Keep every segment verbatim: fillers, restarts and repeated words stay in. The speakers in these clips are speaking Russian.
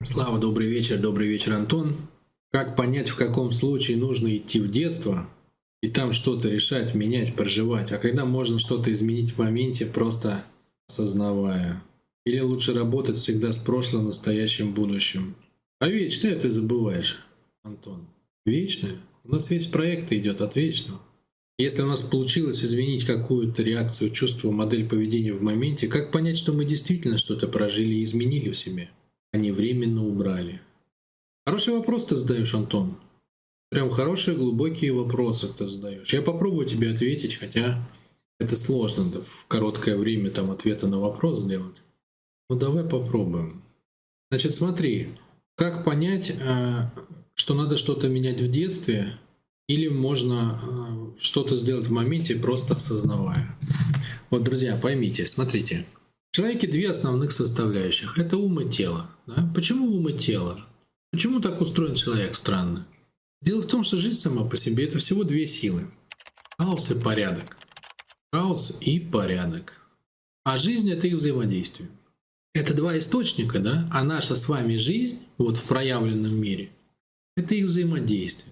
Слава, добрый вечер, добрый вечер, Антон. Как понять, в каком случае нужно идти в детство и там что-то решать, менять, проживать, а когда можно что-то изменить в моменте, просто осознавая? Или лучше работать всегда с прошлым, настоящим, будущим? А вечное ты забываешь, Антон. Вечное? У нас весь проект идет от вечного. Если у нас получилось изменить какую-то реакцию, чувство, модель поведения в моменте, как понять, что мы действительно что-то прожили и изменили в себе, а не временно убрали? Хороший вопрос ты задаешь, Антон. Прям хорошие, глубокие вопросы ты задаешь. Я попробую тебе ответить, хотя это сложно, да, в короткое время там ответа на вопрос сделать. Ну давай попробуем. Значит, смотри, как понять, а, что надо что-то менять в детстве, или можно а, что-то сделать в моменте, просто осознавая. Вот, друзья, поймите, смотрите. В человеке две основных составляющих. Это ум и тело. Да? Почему ум и тело? Почему так устроен человек странно? Дело в том, что жизнь сама по себе — это всего две силы. Хаос и порядок. Хаос и порядок. А жизнь — это их взаимодействие. Это два источника, да? А наша с вами жизнь, вот в проявленном мире, это их взаимодействие.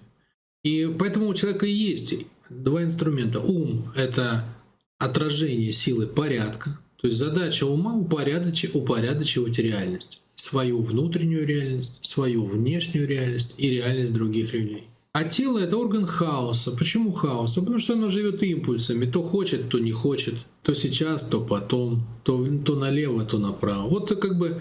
И поэтому у человека и есть два инструмента. Ум — это отражение силы порядка. То есть задача ума — упорядочить, упорядочивать реальность. Свою внутреннюю реальность, свою внешнюю реальность и реальность других людей. А тело — это орган хаоса. Почему хаоса? Потому что оно живет импульсами. То хочет, то не хочет. То сейчас, то потом. То, то налево, то направо. Вот как бы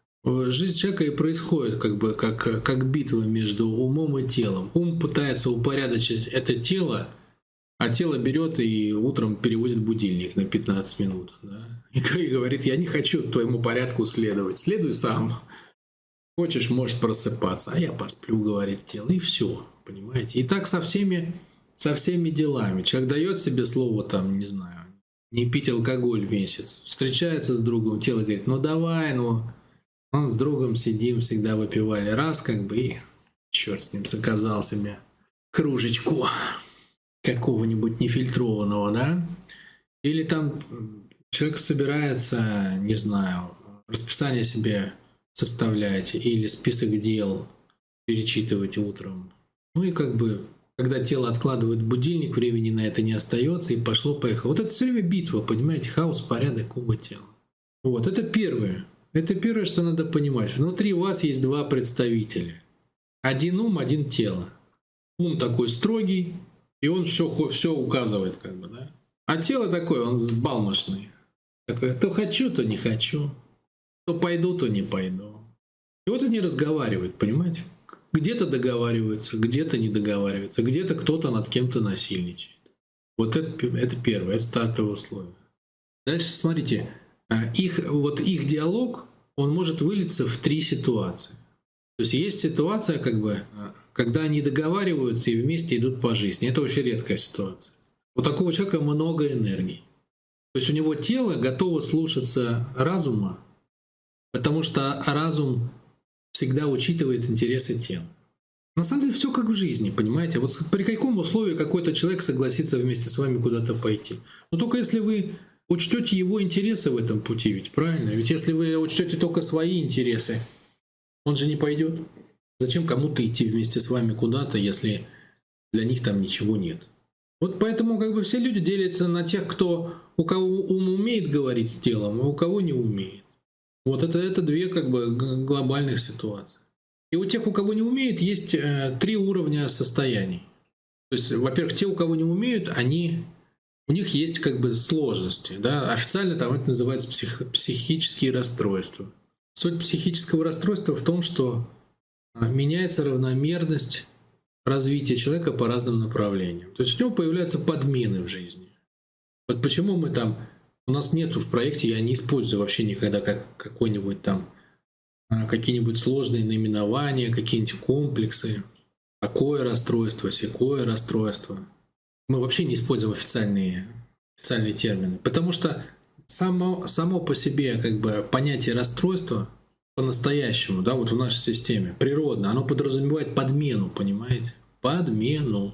жизнь человека и происходит как бы как, как битва между умом и телом. Ум пытается упорядочить это тело, а тело берет и утром переводит будильник на пятнадцать минут. Да? И говорит: я не хочу твоему порядку следовать. Следуй сам. Хочешь, можешь просыпаться. А я посплю, говорит тело. И все. Понимаете? И так со всеми, со всеми делами. Человек дает себе слово, там, не знаю, не пить алкоголь месяц. Встречается с другом, тело говорит: ну давай, ну. Он с другом сидим, всегда выпивали. Раз, как бы, и черт с ним, заказал себе кружечку какого-нибудь нефильтрованного, да? Или там человек собирается, не знаю, расписание себе составляете, или список дел перечитывать утром. Ну и как бы, когда тело откладывает будильник, времени на это не остается, и пошло-поехало. Вот это все время битва, понимаете? Хаос, порядок, ум и тело. Вот, это первое. Это первое, что надо понимать. Внутри вас есть два представителя. Один ум, один тело. Ум такой строгий, и он все, все указывает, как бы, да? А тело такое, он взбалмошный. Такое: то хочу, то не хочу. То пойду, то не пойду. И вот они разговаривают, понимаете? Где-то договариваются, где-то не договариваются, где-то кто-то над кем-то насильничает. Вот это, это первое, это стартовое условие. Дальше смотрите. Их, вот их диалог, он может вылиться в три ситуации. То есть есть ситуация, как бы, когда они договариваются и вместе идут по жизни. Это очень редкая ситуация. У такого человека много энергии. То есть у него тело готово слушаться разума, потому что разум всегда учитывает интересы тела. На самом деле все как в жизни, понимаете? Вот при каком условии какой-то человек согласится вместе с вами куда-то пойти? Но только если вы учтете его интересы в этом пути, ведь правильно? Ведь если вы учтете только свои интересы, он же не пойдет. Зачем кому-то идти вместе с вами куда-то, если для них там ничего нет? Вот поэтому как бы все люди делятся на тех, кто, у кого ум умеет говорить с телом, а у кого не умеет. Вот это, это две как бы глобальных ситуации. И у тех, у кого не умеет, есть э, три уровня состояний. То есть, во-первых, те, у кого не умеют, они... У них есть как бы сложности. Да? Официально там это называется псих, психические расстройства. Суть психического расстройства в том, что меняется равномерность развития человека по разным направлениям. То есть у него появляются подмены в жизни. Вот почему мы там... У нас нету в проекте, я не использую вообще никогда как какой-нибудь там какие-нибудь сложные наименования, какие-нибудь комплексы. Такое расстройство, сякое расстройство. Мы вообще не используем официальные, официальные термины, потому что само, само по себе как бы понятие расстройства по-настоящему, да, вот в нашей системе, природно, оно подразумевает подмену, понимаете? Подмену.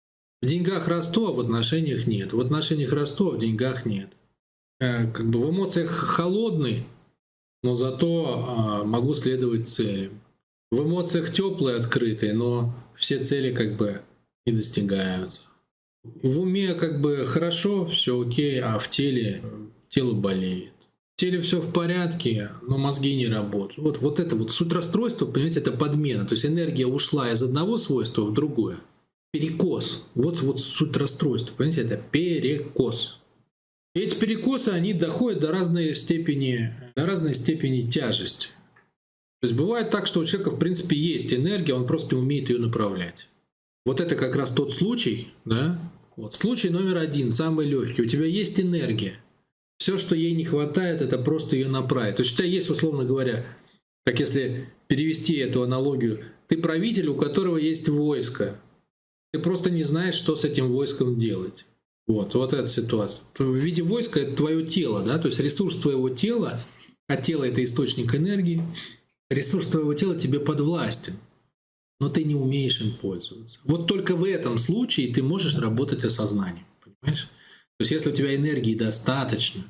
В деньгах расту, а в отношениях нет. В отношениях расту, а в деньгах нет. Э, как бы в эмоциях холодный, но зато э, могу следовать целям. В эмоциях теплые, открытые, но все цели как бы не достигаются. В уме как бы хорошо, все окей, а в теле тело болеет. В теле все в порядке, но мозги не работают. Вот, вот это вот суть расстройства, понимаете, это подмена. То есть энергия ушла из одного свойства в другое. Перекос. Вот, вот суть расстройства, понимаете, это перекос. И эти перекосы, они доходят до разной степени, до разной степени тяжести. То есть бывает так, что у человека в принципе есть энергия, он просто не умеет ее направлять. Вот это как раз тот случай, да? Вот случай номер один, самый легкий. У тебя есть энергия. Все, что ей не хватает, это просто ее направить. То есть у тебя есть, условно говоря, так если перевести эту аналогию, ты правитель, у которого есть войско. Ты просто не знаешь, что с этим войском делать. Вот, вот эта ситуация. В виде войска это твое тело, да, то есть ресурс твоего тела, а тело это источник энергии, ресурс твоего тела тебе подвластен, но ты не умеешь им пользоваться. Вот только в этом случае ты можешь работать осознанием, понимаешь? То есть если у тебя энергии достаточно,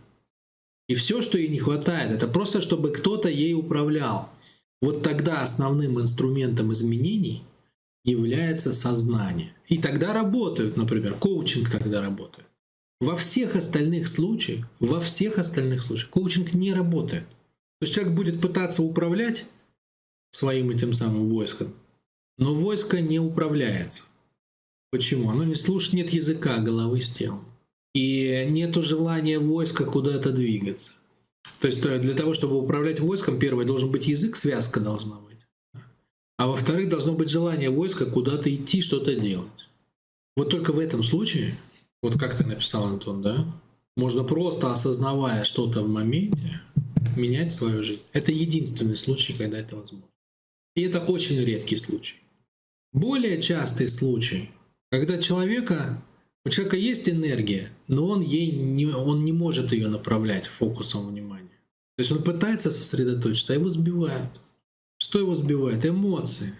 и все, что ей не хватает, это просто чтобы кто-то ей управлял, вот тогда основным инструментом изменений является сознание. И тогда работают, например, коучинг тогда работает. Во всех остальных случаях, во всех остальных случаях коучинг не работает. То есть человек будет пытаться управлять своим этим самым войском, но войско не управляется. Почему? Оно не слушает, нет языка головы с телом. И нету желания войска куда-то двигаться. То есть для того, чтобы управлять войском, первое, должен быть язык, связка должна быть. А во-вторых, должно быть желание войска куда-то идти, что-то делать. Вот только в этом случае, вот как ты написал, Антон, да, можно просто, осознавая что-то в моменте, менять свою жизнь. Это единственный случай, когда это возможно. И это очень редкий случай. Более частый случай, когда человека, у человека есть энергия, но он, ей не, он не может ее направлять фокусом внимания. То есть он пытается сосредоточиться, а его сбивают. Что его сбивает? Эмоции.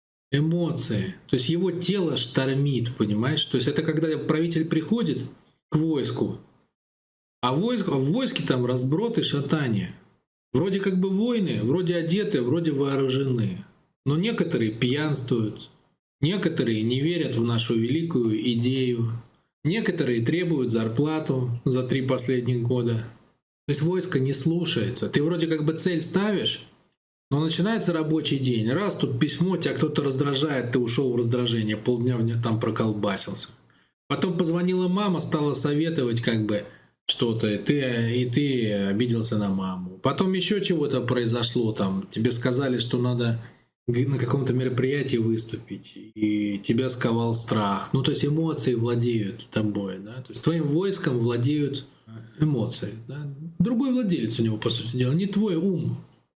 Эмоции. То есть его тело штормит, понимаешь? То есть это когда правитель приходит к войску, а войск, в войске там разброд и шатание. Вроде как бы воины, вроде одеты, вроде вооружены. Но некоторые пьянствуют, некоторые не верят в нашу великую идею, некоторые требуют зарплату за три последних года. То есть войско не слушается. Ты вроде как бы цель ставишь, но начинается рабочий день. Раз тут письмо, тебя кто-то раздражает, ты ушел в раздражение, полдня в нем там проколбасился. Потом позвонила мама, стала советовать как бы что-то, и ты, и ты обиделся на маму. Потом еще чего-то произошло, там тебе сказали, что надо на каком-то мероприятии выступить, и тебя сковал страх. Ну, то есть эмоции владеют тобой, да? То есть твоим войском владеют эмоции. Да? Другой владелец у него, по сути дела, не твой ум,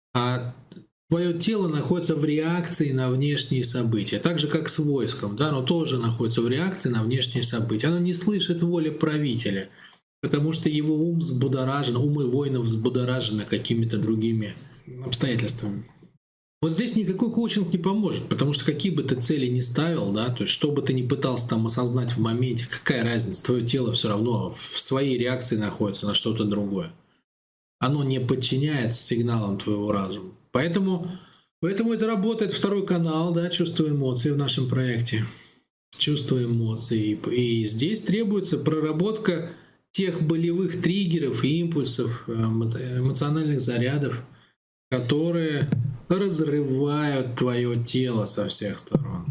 а твое тело находится в реакции на внешние события. Так же, как с войском. Да? Оно тоже находится в реакции на внешние события. Оно не слышит воли правителя, потому что его ум взбудоражен, умы воинов взбудоражены какими-то другими обстоятельствами. Вот здесь никакой коучинг не поможет, потому что какие бы ты цели ни ставил, да, то есть что бы ты ни пытался там осознать в моменте, какая разница, твое тело все равно в своей реакции находится на что-то другое. Оно не подчиняется сигналам твоего разума. Поэтому, поэтому это работает второй канал, да, чувство эмоций в нашем проекте. Чувство эмоций. И здесь требуется проработка тех болевых триггеров, импульсов, эмоциональных зарядов, которые разрывают твое тело со всех сторон.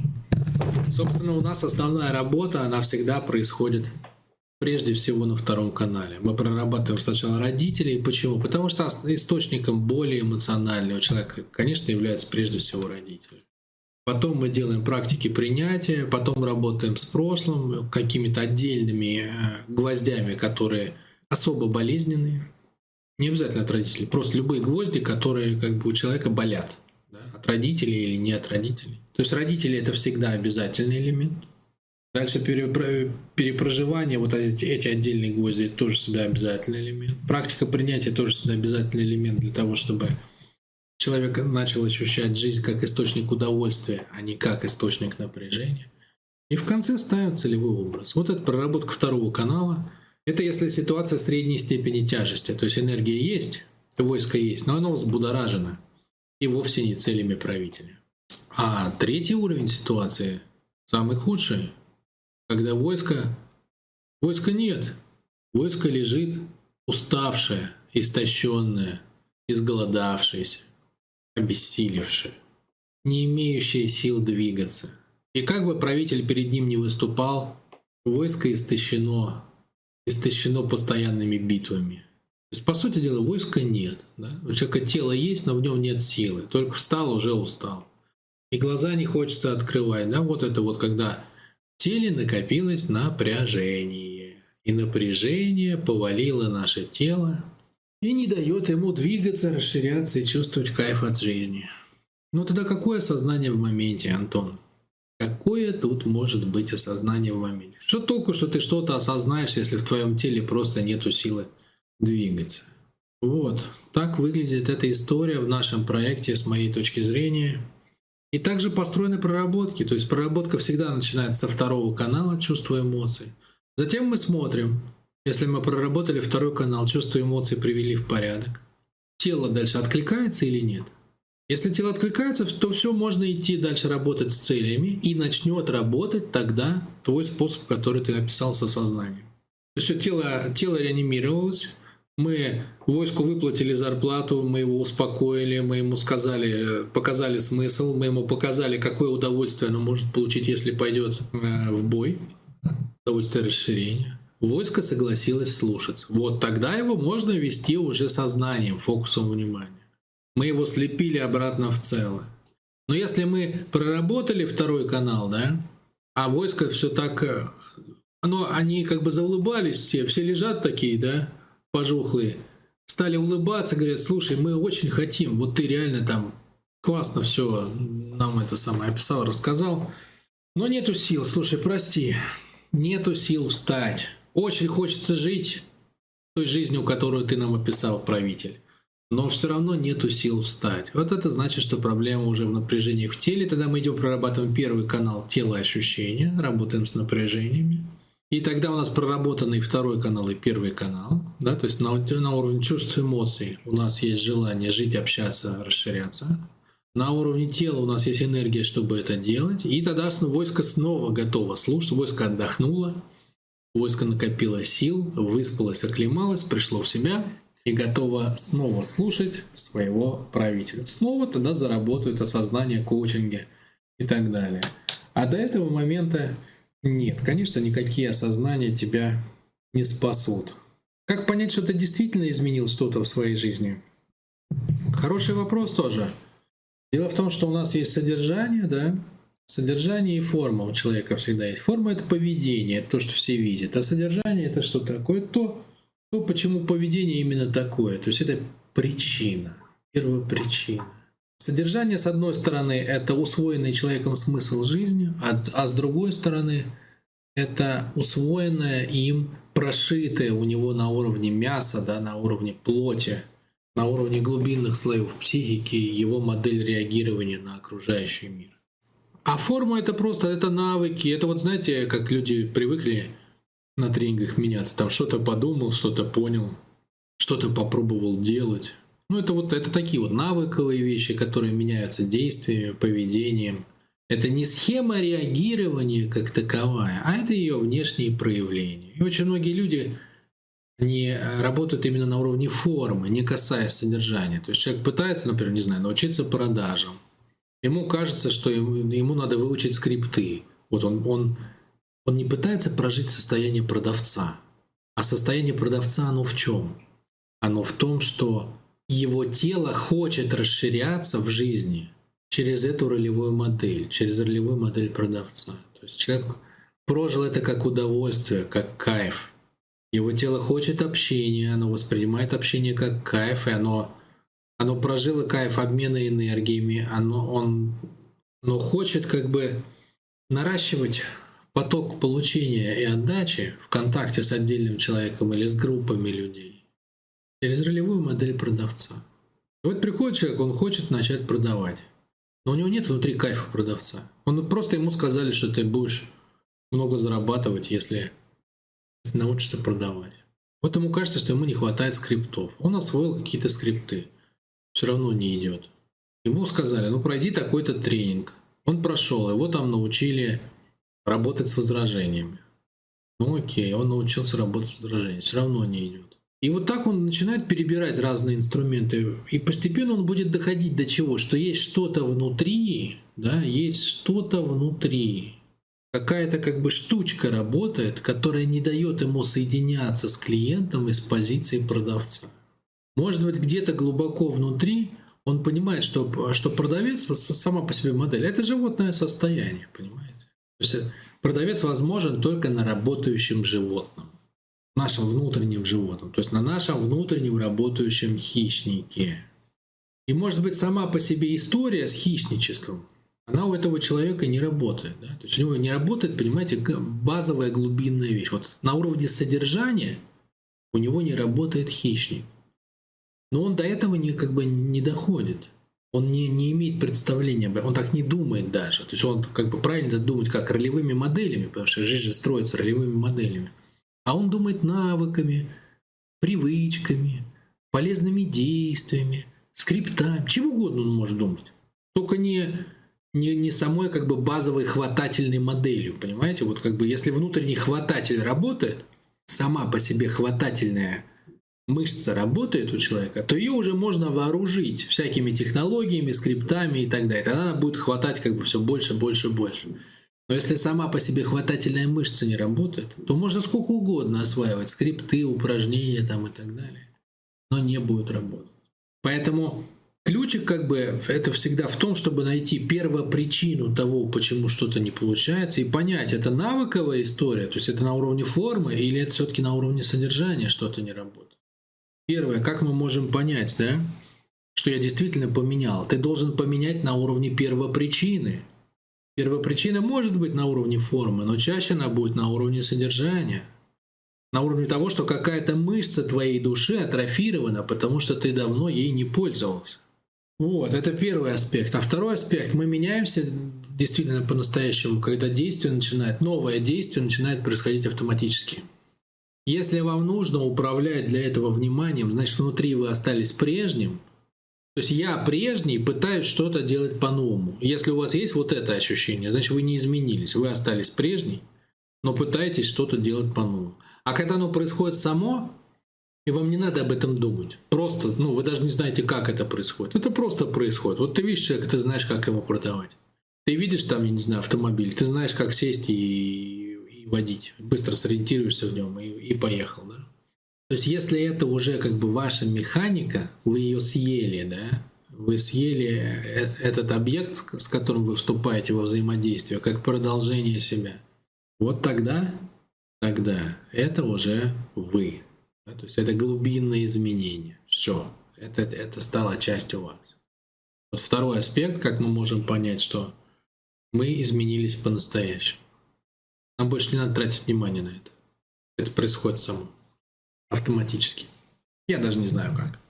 Собственно, у нас основная работа, она всегда происходит прежде всего на втором канале. Мы прорабатываем сначала родителей. Почему? Потому что источником боли эмоциональной у человека, конечно, является прежде всего родители. Потом мы делаем практики принятия, потом работаем с прошлым, какими-то отдельными гвоздями, которые особо болезненные. Не обязательно от родителей, просто любые гвозди, которые как бы у человека болят. Да, от родителей или не от родителей. То есть родители — это всегда обязательный элемент. Дальше перепроживание, вот эти, эти отдельные гвозди — это тоже всегда обязательный элемент. Практика принятия тоже всегда обязательный элемент для того, чтобы человек начал ощущать жизнь как источник удовольствия, а не как источник напряжения. И в конце ставим целевой образ. Вот это проработка второго канала. Это если ситуация средней степени тяжести, то есть энергия есть, войско есть, но оно взбудоражено. и вовсе не целями правителя. А третий уровень ситуации, самый худший, когда войско, войска нет, войско лежит уставшее, истощенное, изголодавшееся, обессилевшее, не имеющее сил двигаться. И как бы правитель перед ним не выступал, войско истощено, истощено постоянными битвами. То есть, по сути дела, войска нет. Да? У человека тело есть, но в нем нет силы. Только встал, уже устал. И глаза не хочется открывать. Да? Вот это вот когда в теле накопилось напряжение. И напряжение повалило наше тело и не дает ему двигаться, расширяться и чувствовать кайф от жизни. Ну тогда какое осознание в моменте, Антон? Какое тут может быть осознание в моменте? Что толку, что ты что-то осознаешь, если в твоем теле просто нету силы двигаться? Вот, так выглядит эта история в нашем проекте с моей точки зрения. И также построены проработки. То есть проработка всегда начинается со второго канала чувства эмоций. Затем мы смотрим, если мы проработали второй канал, чувства эмоций привели в порядок. Тело дальше откликается или нет? Если тело откликается, то все, можно идти дальше работать с целями, и начнет работать тогда твой способ, который ты описал с осознанием. То есть тело, тело реанимировалось, мы войску выплатили зарплату, мы его успокоили, мы ему сказали, показали смысл, мы ему показали, какое удовольствие оно может получить, если пойдет в бой, удовольствие расширения. Войско согласилось слушаться. Вот тогда его можно вести уже сознанием, фокусом внимания. Мы его слепили обратно в целое. Но если мы проработали второй канал, да, а войско все так, ну, они как бы заулыбались все, все лежат такие, да, пожухлые, стали улыбаться, говорят: слушай, мы очень хотим, вот ты реально там классно все нам это самое описал, рассказал, но нету сил, слушай, прости, нету сил встать. Очень хочется жить той жизнью, которую ты нам описал, правитель. Но все равно нету сил встать. Вот это значит, что проблема уже в напряжении в теле. Тогда мы идем, прорабатываем первый канал тела и ощущения, работаем с напряжениями. И тогда у нас проработанный второй канал и первый канал. Да, то есть на, на уровне чувств и эмоций у нас есть желание жить, общаться, расширяться. На уровне тела у нас есть энергия, чтобы это делать. И тогда войско снова готово слушать. Войско отдохнуло, войско накопило сил, выспалось, оклемалось, пришло в себя и готово снова слушать своего правителя. Снова тогда заработают осознание, коучинги и так далее. А до этого момента нет. Конечно, никакие осознания тебя не спасут. Как понять, что ты действительно изменил что-то в своей жизни? Хороший вопрос тоже. Дело в том, что у нас есть содержание, да? Содержание и форма у человека всегда есть. Форма — это поведение, это то, что все видят. А содержание — это что такое? То, то, почему поведение именно такое. То есть это причина, первопричина. Содержание, с одной стороны, это усвоенный человеком смысл жизни, а, а с другой стороны, это усвоенное им, прошитое у него на уровне мяса, да, на уровне плоти, на уровне глубинных слоев психики, его модель реагирования на окружающий мир. А форма — это просто, это навыки. Это вот, знаете, как люди привыкли на тренингах меняться. Там что-то подумал, что-то понял, что-то попробовал делать. Ну, это вот это такие вот навыковые вещи, которые меняются действиями, поведением. Это не схема реагирования как таковая, а это ее внешние проявления. И очень многие люди, они работают именно на уровне формы, не касаясь содержания. То есть человек пытается, например, не знаю, научиться продажам. Ему кажется, что ему, ему надо выучить скрипты. Вот он, он, он не пытается прожить состояние продавца. А состояние продавца, оно в чем? Оно в том, что его тело хочет расширяться в жизни через эту ролевую модель, через ролевую модель продавца. То есть человек прожил это как удовольствие, как кайф. Его тело хочет общения, оно воспринимает общение как кайф, и оно, оно прожило кайф обмена энергиями, оно, он, оно хочет как бы наращивать поток получения и отдачи в контакте с отдельным человеком или с группами людей через ролевую модель продавца. И вот приходит человек, он хочет начать продавать, но у него нет внутри кайфа продавца. Он просто ему сказали, что ты будешь много зарабатывать, если научишься продавать. Вот ему кажется, что ему не хватает скриптов. Он освоил какие-то скрипты. Все равно не идет. Ему сказали, ну пройди такой-то тренинг. Он прошел, его там научили работать с возражениями. Ну окей, он научился работать с возражениями, все равно не идет. И вот так он начинает перебирать разные инструменты, и постепенно он будет доходить до чего? Что есть что-то внутри, да, есть что-то внутри. Какая-то как бы штучка работает, которая не дает ему соединяться с клиентом из позиции продавца. Может быть, где-то глубоко внутри он понимает, что, что продавец сама по себе модель — это животное состояние, понимаете? То есть продавец возможен только на работающем животном, нашем внутреннем животном, то есть на нашем внутреннем работающем хищнике. И может быть, сама по себе история с хищничеством, она у этого человека не работает. Да? То есть у него не работает, понимаете, базовая глубинная вещь. Вот на уровне содержания у него не работает хищник. Но он до этого не, как бы не доходит. Он не, не имеет представления, он так не думает даже. То есть он как бы правильно думать как ролевыми моделями, потому что жизнь же строится ролевыми моделями. А он думает навыками, привычками, полезными действиями, скриптами, чем угодно он может думать. Только не, не, не самой как бы базовой хватательной моделью, понимаете? Вот как бы если внутренний хвататель работает, сама по себе хватательная мышца работает у человека, то ее уже можно вооружить всякими технологиями, скриптами и так далее. Тогда она будет хватать как бы все больше, больше, больше. Но если сама по себе хватательная мышца не работает, то можно сколько угодно осваивать скрипты, упражнения там и так далее, но не будет работать. Поэтому ключик как бы это всегда в том, чтобы найти первопричину того, почему что-то не получается, и понять, это навыковая история, то есть это на уровне формы или это все-таки на уровне содержания что-то не работает. Первое, как мы можем понять, да, что я действительно поменял? Ты должен поменять на уровне первопричины. Первопричина может быть на уровне формы, но чаще она будет на уровне содержания. На уровне того, что какая-то мышца твоей души атрофирована, потому что ты давно ей не пользовался. Вот, это первый аспект. А второй аспект, мы меняемся действительно по-настоящему, когда действие начинает, новое действие начинает происходить автоматически. Если вам нужно управлять для этого вниманием, значит, внутри вы остались прежним. То есть я прежний пытаюсь что-то делать по-новому. Если у вас есть вот это ощущение, значит, вы не изменились. Вы остались прежней, но пытаетесь что-то делать по-новому. А когда оно происходит само, и вам не надо об этом думать. Просто, ну, вы даже не знаете, как это происходит. Это просто происходит. Вот ты видишь человека, ты знаешь, как его продавать. Ты видишь там, я не знаю, автомобиль, ты знаешь, как сесть и... водить, быстро сориентируешься в нем и, и поехал, да. То есть, если это уже как бы ваша механика, вы ее съели, да, вы съели этот объект, с которым вы вступаете во взаимодействие, как продолжение себя, вот тогда, тогда это уже вы, да? То есть это глубинное изменение, все, это, это стало частью вас. Вот второй аспект, как мы можем понять, что мы изменились по-настоящему. Нам больше не надо тратить внимание на это. Это происходит само. Автоматически. Я даже не знаю как.